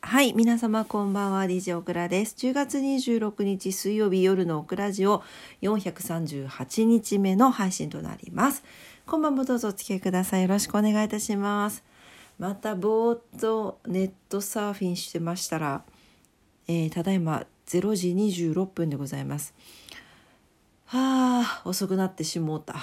はい、皆様こんばんは。DJ オクラです。10月26日水曜日夜のオクラジオ438日目の配信となります。こんばんもどうぞお付き合いください。よろしくお願いいたします。またぼーっとネットサーフィンしてましたら、ただいま0時26分でございます。遅くなってしもうた。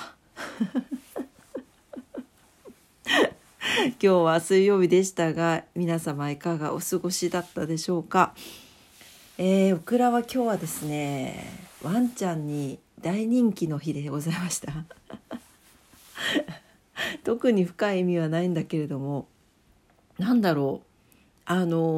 今日は水曜日でしたが、皆様いかがお過ごしだったでしょうか。オクラは今日はですね、ワンちゃんに大人気の日でございました。特に深い意味はないんだけれども、なんだろう、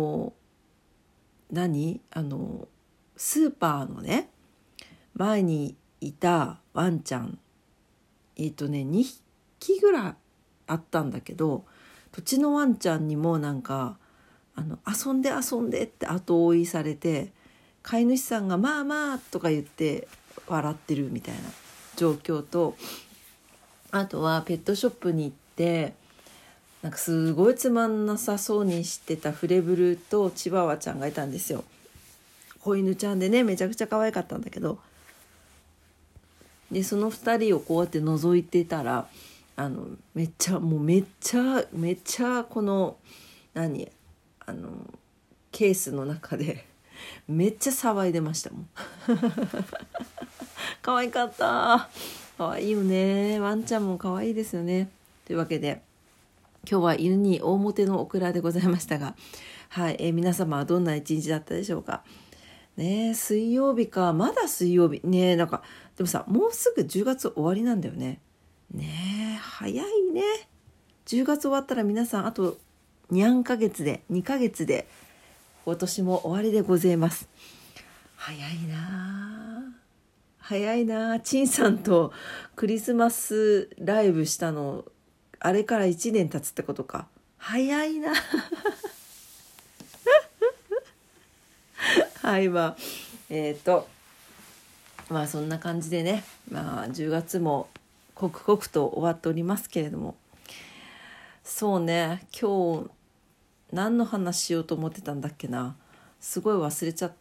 スーパーのね、前にいたワンちゃん、2匹ぐらいあったんだけど、土地のワンちゃんにもなんか遊んでって後追いされて、飼い主さんがまあまあとか言って笑ってるみたいな状況と、あとはペットショップに行ってなんかすごいつまんなさそうにしてたフレブルとチワワちゃんがいたんですよ。子犬ちゃんでね、めちゃくちゃ可愛かったんだけど、でその2人をこうやって覗いてたら、めっちゃこのケースの中でめっちゃ騒いでましたもん。可愛かった。可愛いよね。ワンちゃんも可愛いですよね。というわけで今日は犬に大モテのオクラでございましたが、はい、皆様はどんな一日だったでしょうかね。水曜日か、まだ水曜日ね。でもさ、もうすぐ10月終わりなんだよね。早いね。10月終わったら皆さんあと2ヶ月で今年も終わりでございます。早いな。陳さんとクリスマスライブしたのあれから1年経つってことか。早いな。はいまあそんな感じでね、10月も刻々と終わっておりますけれども、そうね、今日何の話しようと思ってたんだっけな。すごい忘れちゃった。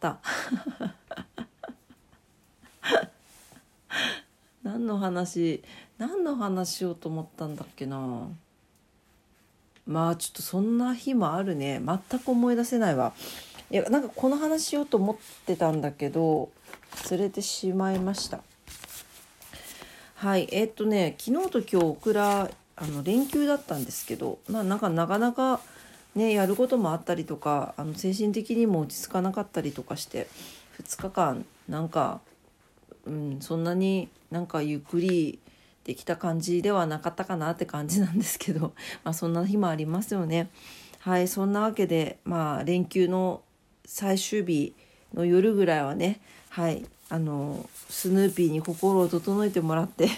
何の話しようと思ったんだっけな。ちょっとそんな日もあるね。全く思い出せないわ。いや、なんかこの話しようと思ってたんだけど忘れてしまいました。はい、昨日と今日オクラ連休だったんですけど、なかなかね、やることもあったりとか、精神的にも落ち着かなかったりとかして2日間そんなにゆっくりできた感じではなかったかなって感じなんですけど、そんな日もありますよね。はい、そんなわけで連休の最終日の夜ぐらいはね、はい、スヌーピーに心を整えてもらって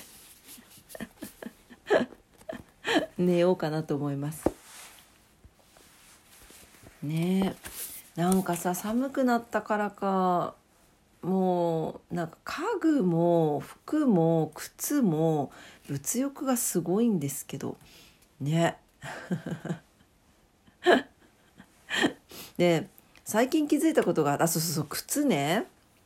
寝ようかなと思いますね。なんかさ、寒くなったからか、もう家具も服も靴も物欲がすごいんですけどね。で最近気づいたことが、そう靴ね。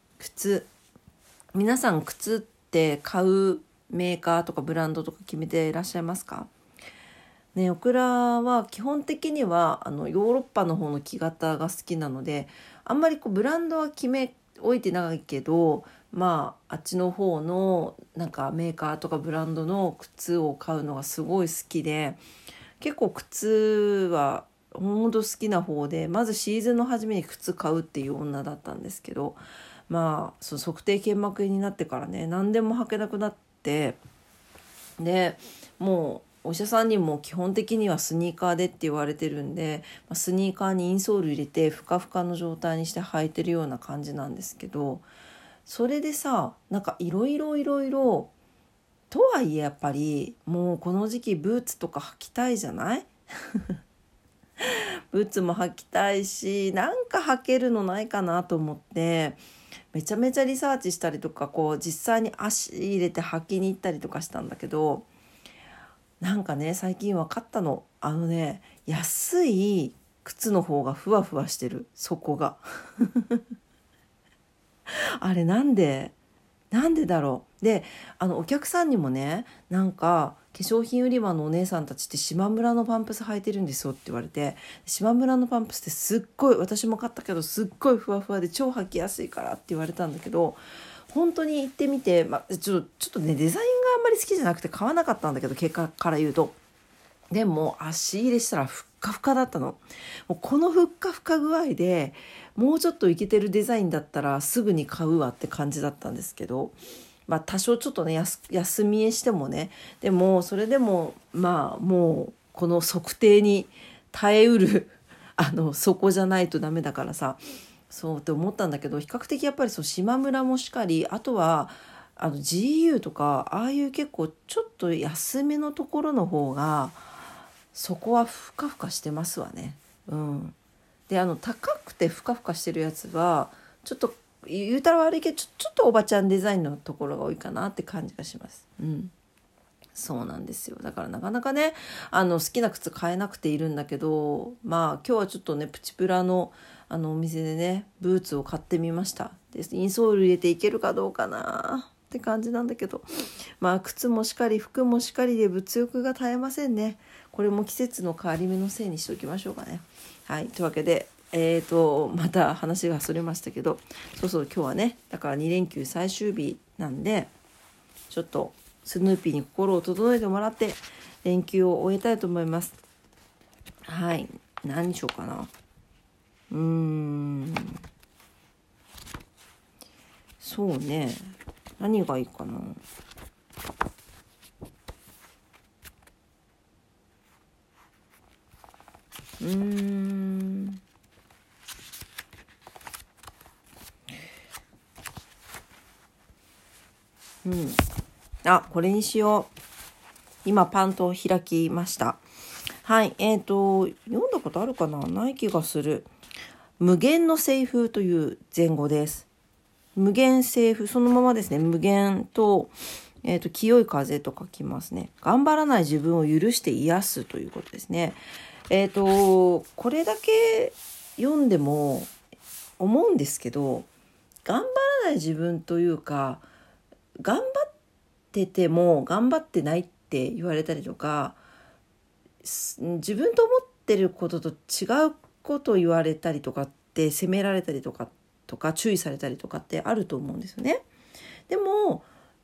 皆さん靴って買うメーカーとかブランドとか決めていらっしゃいますかね。オクラは基本的にはヨーロッパの方の木型が好きなので、あんまりブランドは決め置いてないけど、あっちの方のメーカーとかブランドの靴を買うのがすごい好きで、結構靴はほんと好きな方で、まずシーズンの初めに靴買うっていう女だったんですけど、その足底腱膜炎になってからね、何でも履けなくなって、でもうお医者さんにも基本的にはスニーカーでって言われてるんで、スニーカーにインソール入れてふかふかの状態にして履いてるような感じなんですけど、それでさ、いろいろとはいえやっぱりもうこの時期ブーツとか履きたいじゃないブーツも履きたいし、履けるのないかなと思ってめちゃめちゃリサーチしたりとか、実際に足入れて履きに行ったりとかしたんだけど、最近分かったの。安い靴の方がふわふわしてる、底があれなんでだろう。でお客さんにもね、なんか化粧品売り場のお姉さんたちって島村のパンプス履いてるんですよって言われて、島村のパンプスってすっごい、私も買ったけどすっごいふわふわで超履きやすいからって言われたんだけど、本当に行ってみて、ちょっとねデザインがあんまり好きじゃなくて買わなかったんだけど、結果から言うと、でも足入れしたらふっかふかだったの。もうこのふっかふか具合でもうちょっとイケてるデザインだったらすぐに買うわって感じだったんですけど、多少ちょっとね安見えしてもね、でもそれでももうこの測定に耐えうる底じゃないとダメだからさ、そうって思ったんだけど、比較的やっぱり島村もしかり、あとはGU とかああいう結構ちょっと安めのところの方がそこはふかふかしてますわね。で高くてふかふかしてるやつはちょっと言うたら悪いけどちょっとおばちゃんデザインのところが多いかなって感じがします。そうなんですよ。だからなかなかね好きな靴買えなくているんだけど、今日はちょっとねプチプラのお店でねブーツを買ってみました。でインソール入れていけるかどうかなって感じなんだけど、靴もしかり服もしかりで物欲が絶えませんね。これも季節の変わり目のせいにしておきましょうかね。はい、というわけでまた話がそれましたけど、今日はねだから2連休最終日なんで、ちょっとスヌーピーに心を整えてもらって連休を終えたいと思います。はい、何にしようかな。そうね、何がいいかな。これにしよう。今パンと開きました。はい、読んだことあるかな、ない気がする。無限の清風という前後です。無限清風そのままですね。無限と、清い風と書きますね。頑張らない自分を許して癒すということですね。これだけ読んでも思うんですけど、頑張らない自分というか、頑張ってても頑張ってないって言われたりとか、自分と思ってることと違うことを言われたりとかって責められたりとか注意されたりとかってあると思うんですよね。でも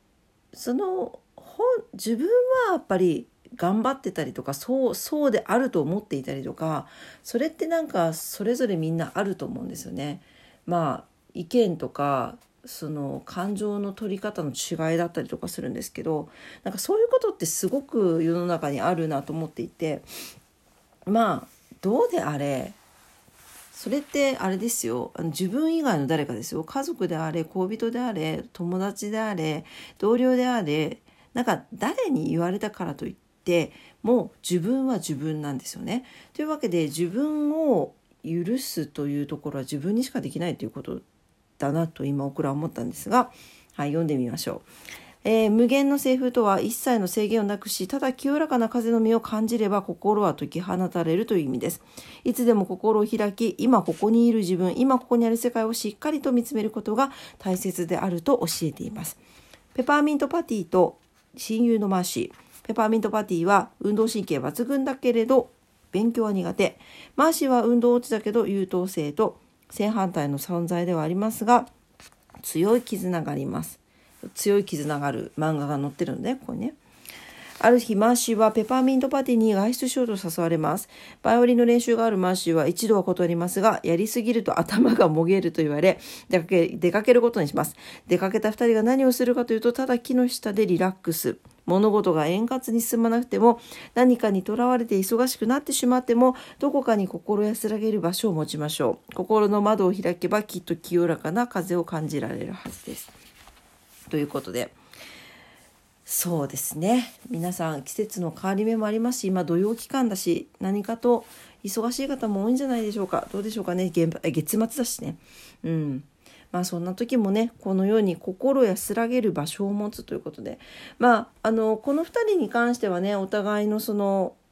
自分はやっぱり頑張ってたりとかそうであると思っていたりとか、それってなんかそれぞれみんなあると思うんですよね。意見とかその感情の取り方の違いだったりとかするんですけど、なんかそういうことってすごく世の中にあるなと思っていて、どうであれそれってあれですよ、自分以外の誰かですよ。家族であれ、恋人であれ、友達であれ、同僚であれ、なんか誰に言われたからといってもう自分は自分なんですよね。というわけで自分を許すというところは自分にしかできないということだなと今僕らは思ったんですが、はい、読んでみましょう。無限の清風とは一切の制限をなくし、ただ清らかな風の実を感じれば心は解き放たれるという意味です。いつでも心を開き、今ここにいる自分、今ここにある世界をしっかりと見つめることが大切であると教えています。ペパーミントパティと親友のマーシー。ペパーミントパティは運動神経抜群だけれど勉強は苦手。マーシーは運動落ちだけど優等生と正反対の存在ではありますが、強い絆があります。強い絆がある漫画が載ってるので、ここにね。ある日マーシーはペパーミントパティに外出しようと誘われます。バイオリンの練習があるマーシーは一度は断りますが、やりすぎると頭がもげると言われ出かけることにします。出かけた2人が何をするかというと、ただ木の下でリラックス。物事が円滑に進まなくても、何かにとらわれて忙しくなってしまっても、どこかに心安らげる場所を持ちましょう。心の窓を開けばきっと清らかな風を感じられるはずです。ということで、そうですね、皆さん季節の変わり目もありますし、今土曜期間だし何かと忙しい方も多いんじゃないでしょうか。どうでしょうかね。月末だしね。そんな時もね、このように心安らげる場所を持つということで、この2人に関してはね、お互いの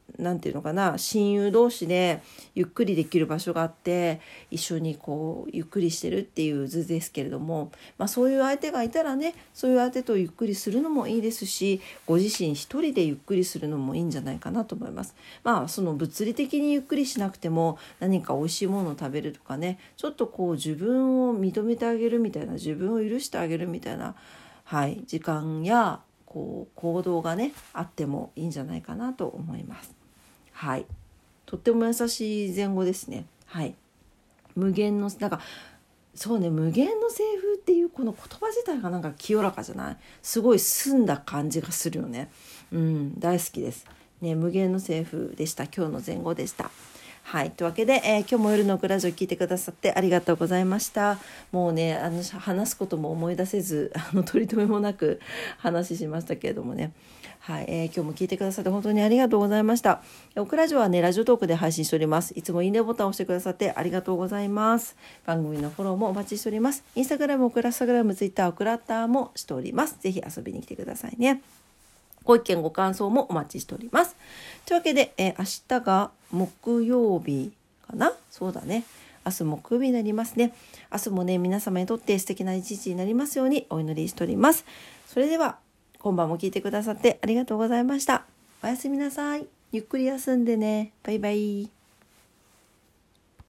なんていうのかな、親友同士でゆっくりできる場所があって一緒にこうゆっくりしてるっていう図ですけれども、そういう相手がいたらね、そういう相手とゆっくりするのもいいですし、ご自身一人でゆっくりするのもいいんじゃないかなと思います。その物理的にゆっくりしなくても何か美味しいものを食べるとかね、ちょっとこう自分を認めてあげるみたいな、自分を許してあげるみたいな、時間やこう行動がねあってもいいんじゃないかなと思います。とっても優しい前後ですね。無限のそうね、無限の清風っていうこの言葉自体がなんか清らかじゃない？すごい澄んだ感じがするよね。大好きですね。無限の清風でした。今日の前後でした。というわけで、今日も夜のオクラジオ聞いてくださってありがとうございました。もうね、話すことも思い出せず取り留めもなく話しましたけれどもね、今日も聞いてくださって本当にありがとうございました。オクラジオはね、ラジオトークで配信しております。いつもいいねボタンを押してくださってありがとうございます。番組のフォローもお待ちしております。インスタグラム、オクラスタグラム、ツイッター、オクラッターもしております。ぜひ遊びに来てくださいね。ご意見ご感想もお待ちしております。というわけで、明日が木曜日かな？そうだね。明日木曜日になりますね。明日もね、皆様にとって素敵な一日になりますようにお祈りしております。それでは今晩も聞いてくださってありがとうございました。おやすみなさい。ゆっくり休んでね。バイバイ。